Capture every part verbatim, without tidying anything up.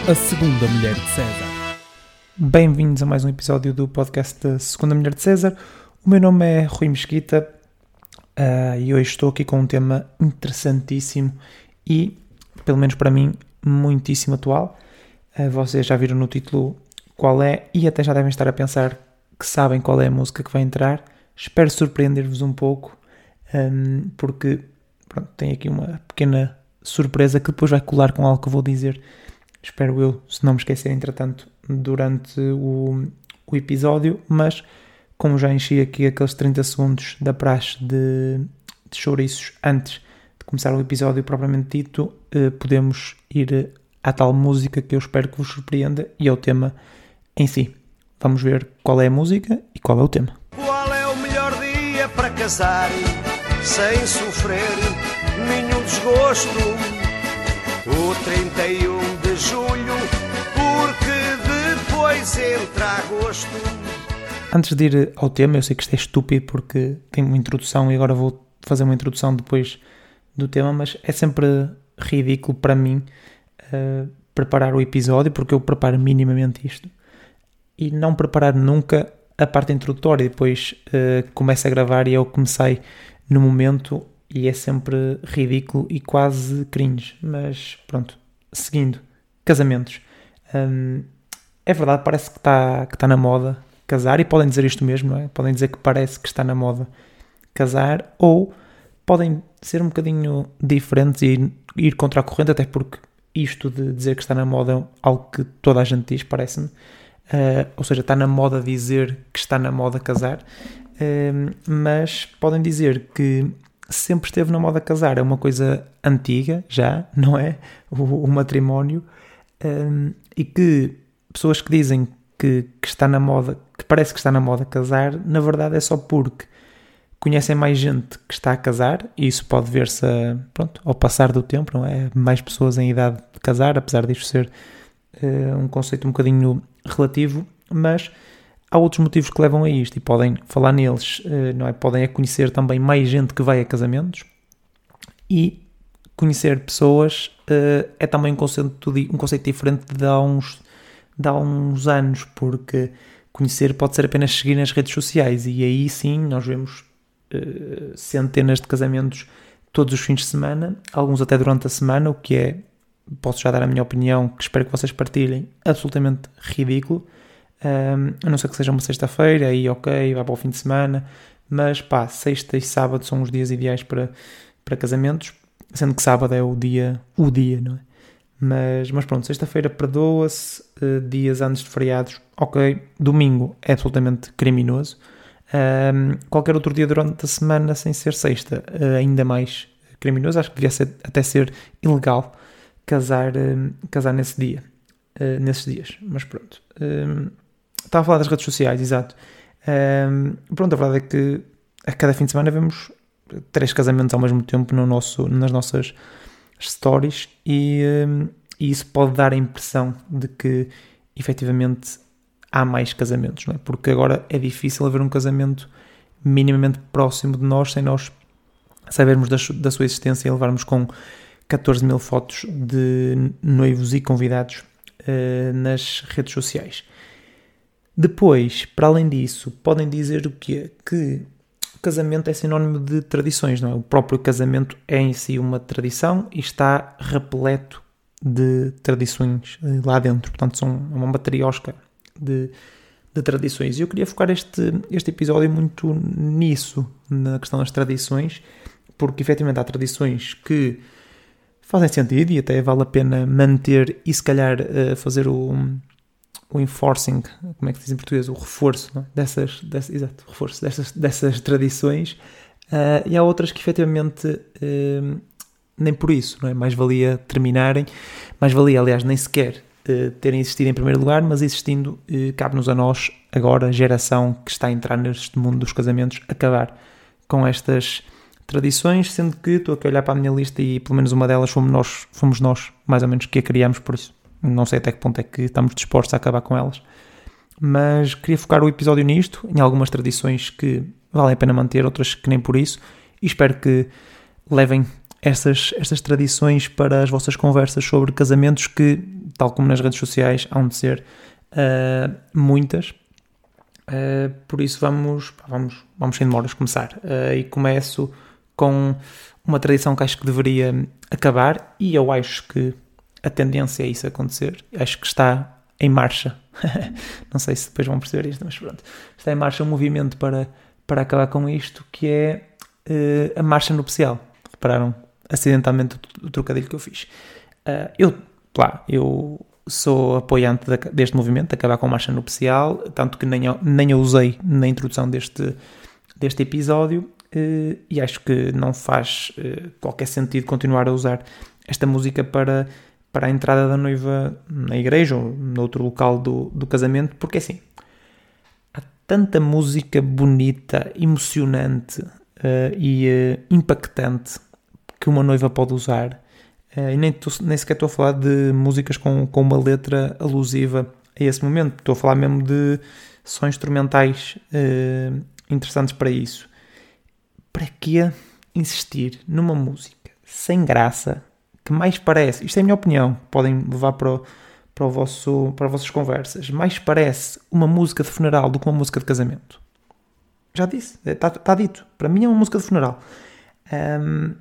A Segunda Mulher de César. Bem-vindos a mais um episódio do podcast da Segunda Mulher de César. O meu nome é Rui Mesquita uh, e hoje estou aqui com um tema interessantíssimo e, pelo menos para mim, muitíssimo atual. Uh, vocês já viram no título qual é e até já devem estar a pensar que sabem qual é a música que vai entrar. Espero surpreender-vos um pouco, um, porque pronto, tem aqui uma pequena surpresa que depois vai colar com algo que eu vou dizer. Espero eu, se não me esquecer, entretanto, durante o, o episódio, mas como já enchi aqui aqueles trinta segundos da praxe de, de chouriços antes de começar o episódio propriamente dito, eh, podemos ir à tal música que eu espero que vos surpreenda e ao tema em si. Vamos ver qual é a música e qual é o tema. Qual é o melhor dia para casar sem sofrer nenhum desgosto? O trinta e um de julho, porque depois entra agosto. Antes de ir ao tema, eu sei que isto é estúpido porque tem uma introdução e agora vou fazer uma introdução depois do tema, mas é sempre ridículo para mim uh, preparar o episódio, porque eu preparo minimamente isto e não preparar nunca a parte introdutória. Depois uh, começo a gravar e é o que me sai no momento e é sempre ridículo e quase cringe. Mas pronto, seguindo, casamentos. Um, é verdade, parece que está que tá na moda casar, e podem dizer isto mesmo, não é? Podem dizer que parece que está na moda casar, ou podem ser um bocadinho diferentes e ir contra a corrente, até porque isto de dizer que está na moda é algo que toda a gente diz, parece-me. Uh, ou seja, está na moda dizer que está na moda casar, uh, mas podem dizer que sempre esteve na moda casar. É uma coisa antiga já, não é? O, o matrimónio, uh, e que pessoas que dizem que, que está na moda, que parece que está na moda casar, na verdade é só porque conhecem mais gente que está a casar, e isso pode ver-se a, pronto, ao passar do tempo, não é? Mais pessoas em idade de casar, apesar disto ser uh, um conceito um bocadinho relativo, mas há outros motivos que levam a isto e podem falar neles, não é? Podem é conhecer também mais gente que vai a casamentos, e conhecer pessoas é também um conceito, um conceito diferente de há, uns, de há uns anos, porque conhecer pode ser apenas seguir nas redes sociais, e aí sim nós vemos uh, centenas de casamentos todos os fins de semana, alguns até durante a semana, o que é, posso já dar a minha opinião, que espero que vocês partilhem, absolutamente ridículo. Um, a não ser que seja uma sexta-feira, aí ok, vai para o fim de semana, mas pá, sexta e sábado são os dias ideais para, para casamentos, sendo que sábado é o dia, o dia, não é? Mas, mas pronto, sexta-feira perdoa-se, uh, dias antes de feriados, ok, domingo é absolutamente criminoso, um, qualquer outro dia durante a semana sem ser sexta, uh, ainda mais criminoso. Acho que devia ser, até ser ilegal casar, uh, casar nesse dia, uh, nesses dias, mas pronto. Um, Estava a falar das redes sociais, exato. Um, pronto, a verdade é que a cada fim de semana vemos três casamentos ao mesmo tempo no nosso, nas nossas stories, e, um, e isso pode dar a impressão de que efetivamente há mais casamentos, não é? Porque agora é difícil haver um casamento minimamente próximo de nós sem nós sabermos da, da sua existência e levarmos com catorze mil fotos de noivos e convidados uh, nas redes sociais. Depois, para além disso, podem dizer o quê? Que o casamento é sinónimo de tradições, não é? O próprio casamento é em si uma tradição e está repleto de tradições lá dentro. Portanto, são uma matriosca de, de tradições. E eu queria focar este, este episódio muito nisso, na questão das tradições, porque efetivamente há tradições que fazem sentido e até vale a pena manter e se calhar fazer o... o enforcing, como é que se diz em português, o reforço, não é? dessas, dessas, exato, reforço dessas, dessas tradições, uh, e há outras que efetivamente uh, nem por isso, não é? Mais valia terminarem, mais valia, aliás, nem sequer uh, terem existido em primeiro lugar, mas existindo, uh, cabe-nos a nós, agora, geração que está a entrar neste mundo dos casamentos, acabar com estas tradições, sendo que estou aqui a olhar para a minha lista e pelo menos uma delas fomos nós, fomos nós mais ou menos, que a criámos, por isso não sei até que ponto é que estamos dispostos a acabar com elas, mas queria focar o episódio nisto, em algumas tradições que valem a pena manter, outras que nem por isso, e espero que levem estas, estas tradições para as vossas conversas sobre casamentos que, tal como nas redes sociais, hão de ser uh, muitas. Uh, por isso vamos, vamos, vamos sem demoras começar. Uh, e começo com uma tradição que acho que deveria acabar, e eu acho que a tendência é isso acontecer. Acho que está em marcha. Não sei se depois vão perceber isto, mas pronto. Está em marcha um movimento para, para acabar com isto, que é uh, a marcha nupcial. Repararam acidentalmente o, o trocadilho que eu fiz. Uh, eu, lá, eu sou apoiante da, deste movimento, de acabar com a marcha nupcial, tanto que nem, nem a usei na introdução deste, deste episódio, uh, e acho que não faz uh, qualquer sentido continuar a usar esta música para, para a entrada da noiva na igreja ou noutro local do, do casamento, porque assim, há tanta música bonita, emocionante uh, e uh, impactante que uma noiva pode usar. Uh, e nem, tô, nem sequer estou a falar de músicas com, com uma letra alusiva a esse momento. Estou a falar mesmo de sons instrumentais uh, interessantes para isso. Para que insistir numa música sem graça, que mais parece, isto é a minha opinião, podem levar para, o, para, o vosso, para as vossas conversas, mais parece uma música de funeral do que uma música de casamento. Já disse, está, está dito. Para mim é uma música de funeral. Um,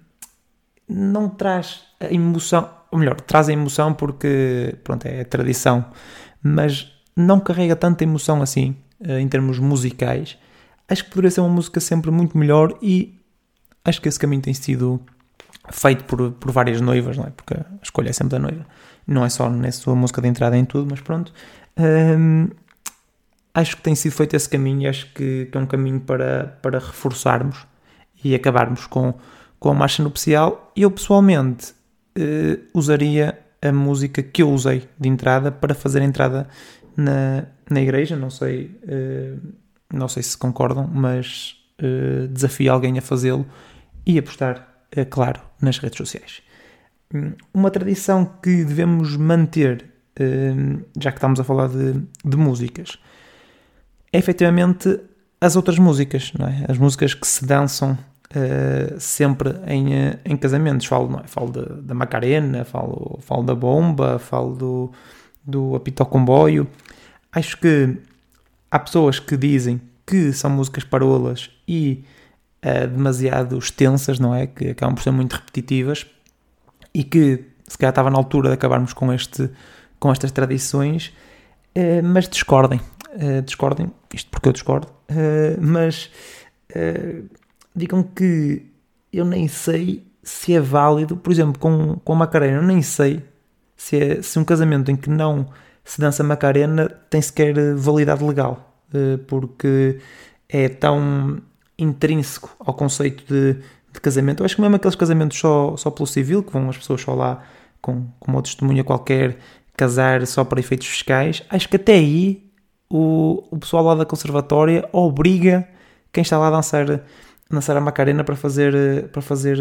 não traz a emoção, ou melhor, traz a emoção porque, pronto, é a tradição, mas não carrega tanta emoção assim, em termos musicais. Acho que poderia ser uma música sempre muito melhor, e acho que esse caminho tem sido feito por, por várias noivas, não é? Porque a escolha é sempre da noiva, não é só na sua música de entrada em tudo, mas pronto. Hum, acho que tem sido feito esse caminho, e acho que, que é um caminho para, para reforçarmos e acabarmos com com a marcha nupcial. Eu pessoalmente uh, usaria a música que eu usei de entrada para fazer a entrada na, na igreja. Não sei, uh, não sei se concordam, mas uh, desafio alguém a fazê-lo e a postar, uh, claro, nas redes sociais. Uma tradição que devemos manter, uh, já que estamos a falar de, de músicas, é efetivamente as outras músicas, não é? As músicas que se dançam Uh, sempre em, uh, em casamentos. Falo, não é? Falo de, da Macarena, falo, falo da bomba, falo do, do apito ao comboio. Acho que há pessoas que dizem que são músicas parolas e uh, demasiado extensas, não é? Que acabam por ser muito repetitivas, e que se calhar estava na altura de acabarmos com, este, com estas tradições, uh, mas discordem. Uh, discordem, isto porque eu discordo, uh, mas... Uh, digam que eu nem sei se é válido, por exemplo, com, com a Macarena, eu nem sei se, é, se um casamento em que não se dança Macarena tem sequer validade legal, porque é tão intrínseco ao conceito de, de casamento. Eu acho que mesmo aqueles casamentos só, só pelo civil, que vão as pessoas só lá com, com uma testemunha qualquer casar só para efeitos fiscais, acho que até aí o, o pessoal lá da conservatória obriga quem está lá a dançar dançar a Macarena para fazer, para fazer,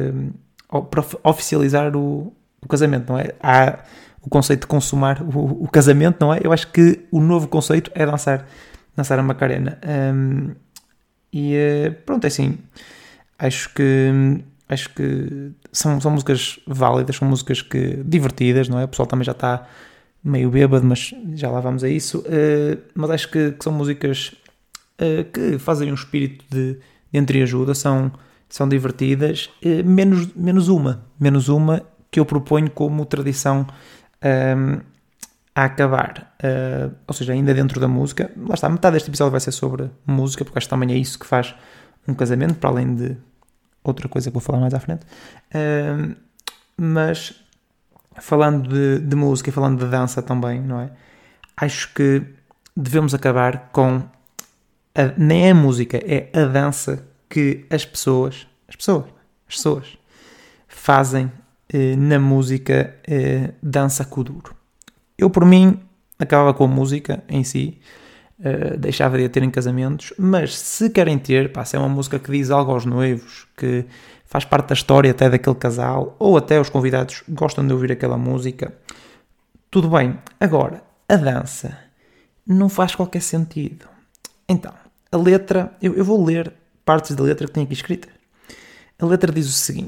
para oficializar o, o casamento, não é? Há o conceito de consumar o, o casamento, não é? Eu acho que o novo conceito é dançar, dançar a Macarena. Um, e pronto, é assim, acho que, acho que são, são músicas válidas, são músicas que, divertidas, não é? O pessoal também já está meio bêbado, mas já lá vamos a isso. Uh, mas acho que, que são músicas uh, que fazem um espírito de entreajuda, são, são divertidas, eh, menos, menos uma, menos uma que eu proponho como tradição um, a acabar, uh, ou seja, ainda dentro da música. Lá está, metade deste episódio vai ser sobre música, porque acho que também é isso que faz um casamento, para além de outra coisa que vou falar mais à frente. Uh, mas falando de, de música e falando de dança também, não é? Acho que devemos acabar com A, nem é a música, é a dança que as pessoas, as pessoas, as pessoas fazem eh, na música eh, dança kuduro. Eu, por mim, acabava com a música em si, eh, deixava de a ter em casamentos, mas se querem ter, pá, se é uma música que diz algo aos noivos, que faz parte da história até daquele casal, ou até os convidados gostam de ouvir aquela música, tudo bem. Agora, a dança não faz qualquer sentido. Então, a letra, eu, eu vou ler partes da letra que tem aqui escrita. A letra diz o seguinte: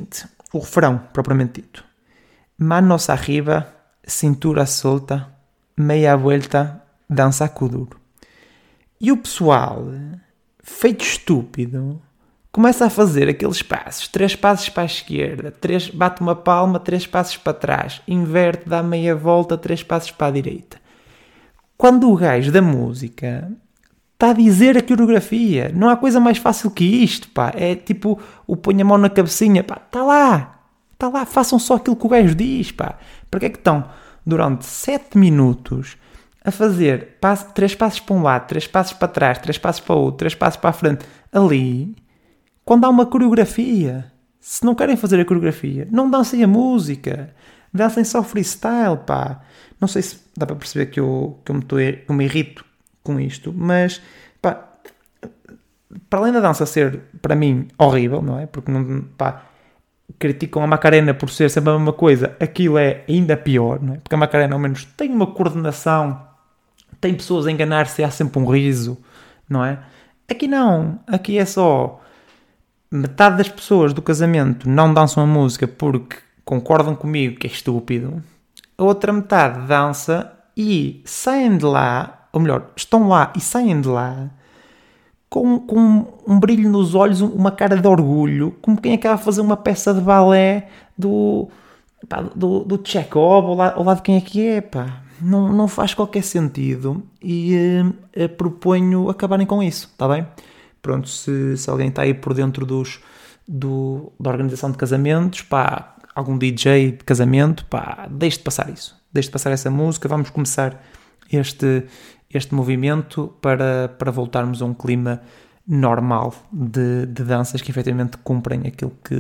o refrão, propriamente dito. Manos arriba, cintura solta, meia vuelta, dança kuduro. E o pessoal, feito estúpido, começa a fazer aqueles passos. Três passos para a esquerda, três, bate uma palma, três passos para trás. Inverte, dá meia volta, três passos para a direita. Quando o gajo da música está a dizer a coreografia, não há coisa mais fácil que isto, pá. É tipo, o põe a mão na cabecinha, pá. Está lá, está lá, façam só aquilo que o gajo diz, pá. Para que é que estão durante sete minutos a fazer passo, três passos para um lado, três passos para trás, três passos para o outro, três passos para a frente, ali, quando há uma coreografia? Se não querem fazer a coreografia, não dancem a música, dancem só freestyle, pá. Não sei se dá para perceber que eu, que eu, me, tô, que eu me irrito com isto, mas, pá, para além da dança ser, para mim, horrível, não é? Porque, não, pá, criticam a Macarena por ser sempre a mesma coisa, aquilo é ainda pior, não é? Porque a Macarena, ao menos, tem uma coordenação, tem pessoas a enganar-se, há sempre um riso, não é? Aqui não, aqui é só metade das pessoas do casamento não dançam a música porque concordam comigo que é estúpido, a outra metade dança e saem de lá, ou melhor, estão lá e saem de lá com, com um brilho nos olhos, uma cara de orgulho, como quem acaba de fazer uma peça de balé do, pá, do, do Chekhov, ao lado, ao lado de quem é que é, pá. Não, não faz qualquer sentido e uh, proponho acabarem com isso, está bem? Pronto, se, se alguém está aí por dentro dos, do, da organização de casamentos, pá, algum D J de casamento, pá, deixe de passar isso. Deixe de passar essa música, vamos começar este, este movimento para, para voltarmos a um clima normal de, de danças que efetivamente cumprem aquilo que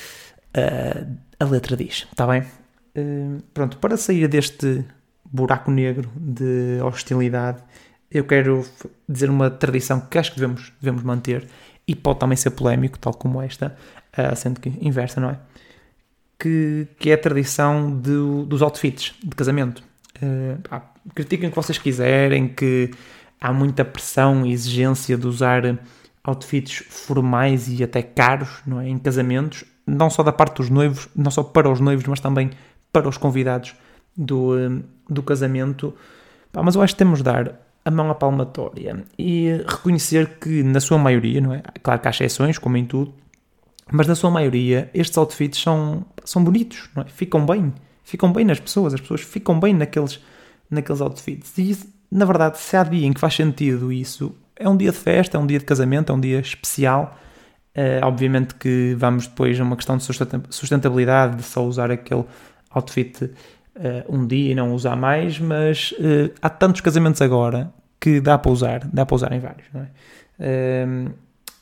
uh, a letra diz, está bem? Uh, pronto, para sair deste buraco negro de hostilidade, eu quero dizer uma tradição que acho que devemos, devemos manter e pode também ser polémico, tal como esta, uh, sendo que inversa, não é? Que, que é a tradição de, dos outfits de casamento. Uh, ah, critiquem o que vocês quiserem, que há muita pressão e exigência de usar outfits formais e até caros, não é? Em casamentos, não só da parte dos noivos, não só para os noivos, mas também para os convidados do, uh, do casamento. Ah, mas eu acho que temos de dar a mão à palmatória e reconhecer que na sua maioria, não é? Claro que há exceções, como em tudo, mas na sua maioria estes outfits são, são bonitos, não é? Ficam bem, ficam bem nas pessoas, as pessoas ficam bem naqueles, naqueles outfits. E isso, na verdade, se há dia em que faz sentido isso, é um dia de festa, é um dia de casamento, é um dia especial. Uh, obviamente que vamos depois a uma questão de sustentabilidade, de só usar aquele outfit Uh, um dia e não usar mais, mas uh, há tantos casamentos agora que dá para usar, dá para usar em vários, não é? Uh,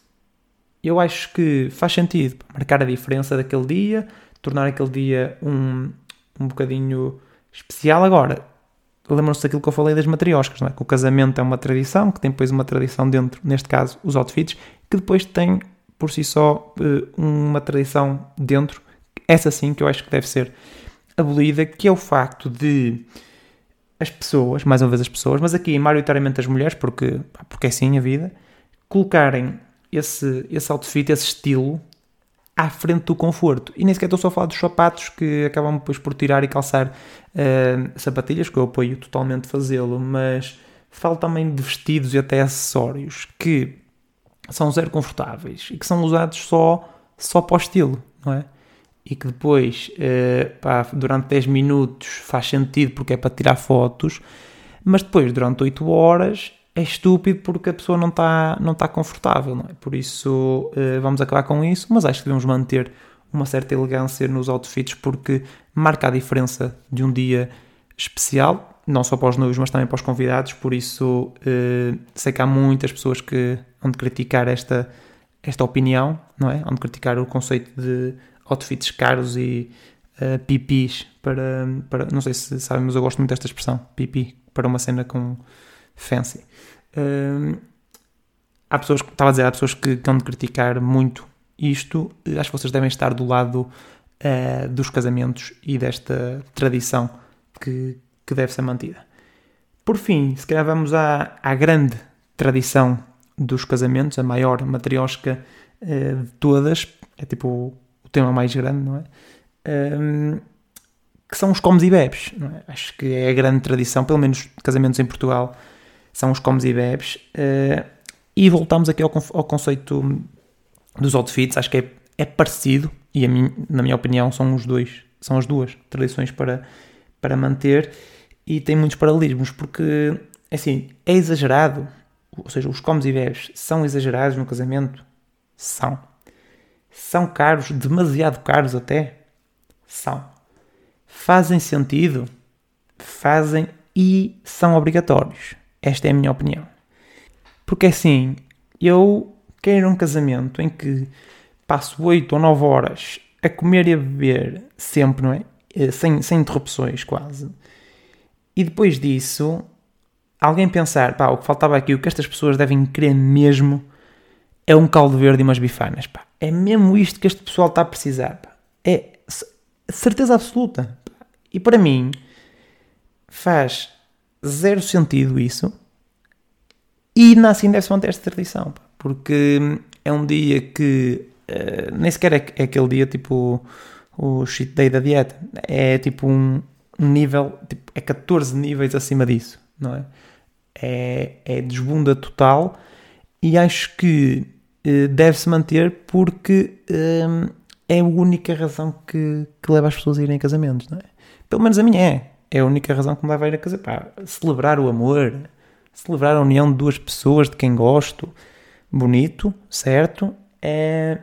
eu acho que faz sentido marcar a diferença daquele dia, tornar aquele dia um, um bocadinho especial. Agora, lembram-se daquilo que eu falei das matrioscas, não é? Que o casamento é uma tradição, que tem depois uma tradição dentro, neste caso, os outfits, que depois tem, por si só, uh, uma tradição dentro, essa sim que eu acho que deve ser abolida, que é o facto de as pessoas, mais uma vez as pessoas, mas aqui maioritariamente as mulheres, porque, porque é assim a vida, colocarem esse, esse outfit, esse estilo à frente do conforto. E nem sequer estou só a falar dos sapatos que acabam depois por tirar e calçar uh, sapatilhas, que eu apoio totalmente fazê-lo, mas falo também de vestidos e até acessórios que são zero confortáveis e que são usados só, só para o estilo, não é? E que depois, uh, pá, durante dez minutos faz sentido porque é para tirar fotos, mas depois, durante oito horas, é estúpido porque a pessoa não está não tá confortável, não é? Por isso, uh, vamos acabar com isso, mas acho que devemos manter uma certa elegância nos outfits porque marca a diferença de um dia especial, não só para os noivos, mas também para os convidados. Por isso, uh, sei que há muitas pessoas que vão de criticar esta, esta opinião, não é? Vão de criticar o conceito de outfits caros e uh, pipis para, para... Não sei se sabem, mas eu gosto muito desta expressão, pipi, para uma cena com fancy. Uh, há pessoas, estava a dizer, há pessoas que estão de criticar muito isto. Acho que vocês devem estar do lado uh, dos casamentos e desta tradição que, que deve ser mantida. Por fim, se calhar vamos à, à grande tradição dos casamentos, a maior matriosca uh, de todas, é tipo o o tema mais grande, não é? Um, que são os comes e bebes, não é? Acho que é a grande tradição, pelo menos casamentos em Portugal, são os comes e bebes. Uh, e voltamos aqui ao, ao conceito dos outfits, acho que é, é parecido, e a mim, na minha opinião são os dois, são as duas tradições para, para manter, e tem muitos paralelismos, porque assim, é exagerado, ou seja, os comes e bebes são exagerados no casamento? São. São caros, demasiado caros até? São. Fazem sentido? Fazem, e são obrigatórios. Esta é a minha opinião. Porque assim, eu quero um casamento em que passo oito ou nove horas a comer e a beber sempre, não é? Sem, sem interrupções quase. E depois disso, alguém pensar, pá, o que faltava aqui, o que estas pessoas devem querer mesmo é um caldo verde e umas bifanas, pá. É mesmo isto que este pessoal está a precisar, pá. É certeza absoluta. Pá. E para mim, faz zero sentido isso, e ainda assim deve-se manter esta tradição, pá. Porque é um dia que uh, nem sequer é, é aquele dia tipo o cheat day da dieta, é tipo um nível, tipo, é catorze níveis acima disso, não é? É, é desbunda total, e acho que uh, deve-se manter porque um, é a única razão que, que leva as pessoas a irem a casamentos, não é? Pelo menos a minha é. É a única razão que me leva a ir a casamento. Pá, celebrar o amor, celebrar a união de duas pessoas de quem gosto, bonito, certo? É...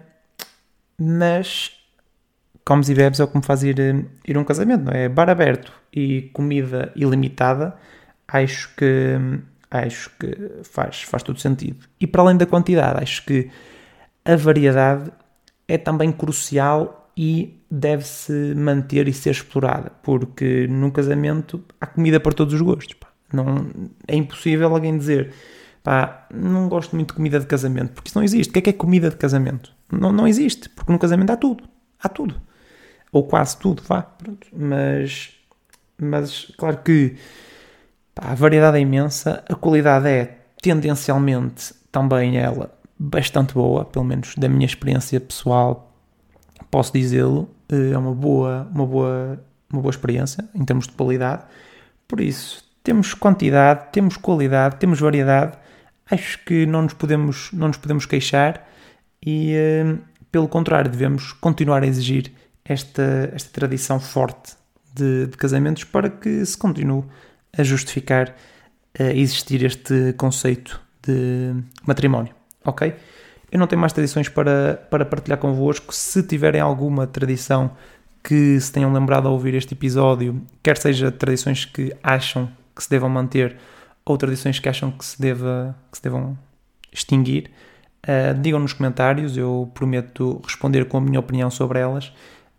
Mas comes e bebes é o que me faz ir, ir a um casamento, não é? Bar aberto e comida ilimitada, acho que, acho que faz, faz todo sentido. E para além da quantidade, acho que a variedade é também crucial e deve-se manter e ser explorada, porque num casamento há comida para todos os gostos. Pá. Não, é impossível alguém dizer, pá, não gosto muito de comida de casamento, porque isso não existe. O que é que é comida de casamento? Não, não existe, porque no casamento há tudo. Há tudo. Ou quase tudo, vá. Pronto. Mas, mas claro que pá, a variedade é imensa, a qualidade é tendencialmente também ela bastante boa, pelo menos da minha experiência pessoal, posso dizê-lo, é uma boa, uma boa, uma boa experiência em termos de qualidade. Por isso, temos quantidade, temos qualidade, temos variedade, acho que não nos podemos, não nos podemos queixar e, pelo contrário, devemos continuar a exigir esta, esta tradição forte de, de casamentos para que se continue a justificar a existir este conceito de matrimónio, ok? Eu não tenho mais tradições para, para partilhar convosco. Se tiverem alguma tradição que se tenham lembrado a ouvir este episódio, quer seja tradições que acham que se devam manter ou tradições que acham que se, deva, que se devam extinguir, uh, digam nos comentários, eu prometo responder com a minha opinião sobre elas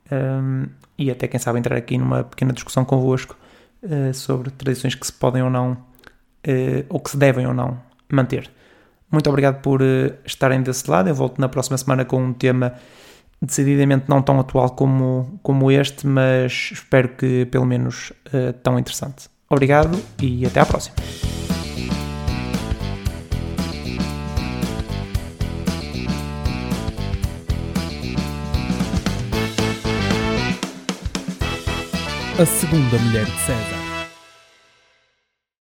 um, e até quem sabe entrar aqui numa pequena discussão convosco uh, sobre tradições que se podem ou não, uh, ou que se devem ou não manter. Muito obrigado por uh, estarem desse lado. Eu volto na próxima semana com um tema decididamente não tão atual como, como este, mas espero que pelo menos uh, tão interessante. Obrigado e até à próxima. A segunda mulher de César.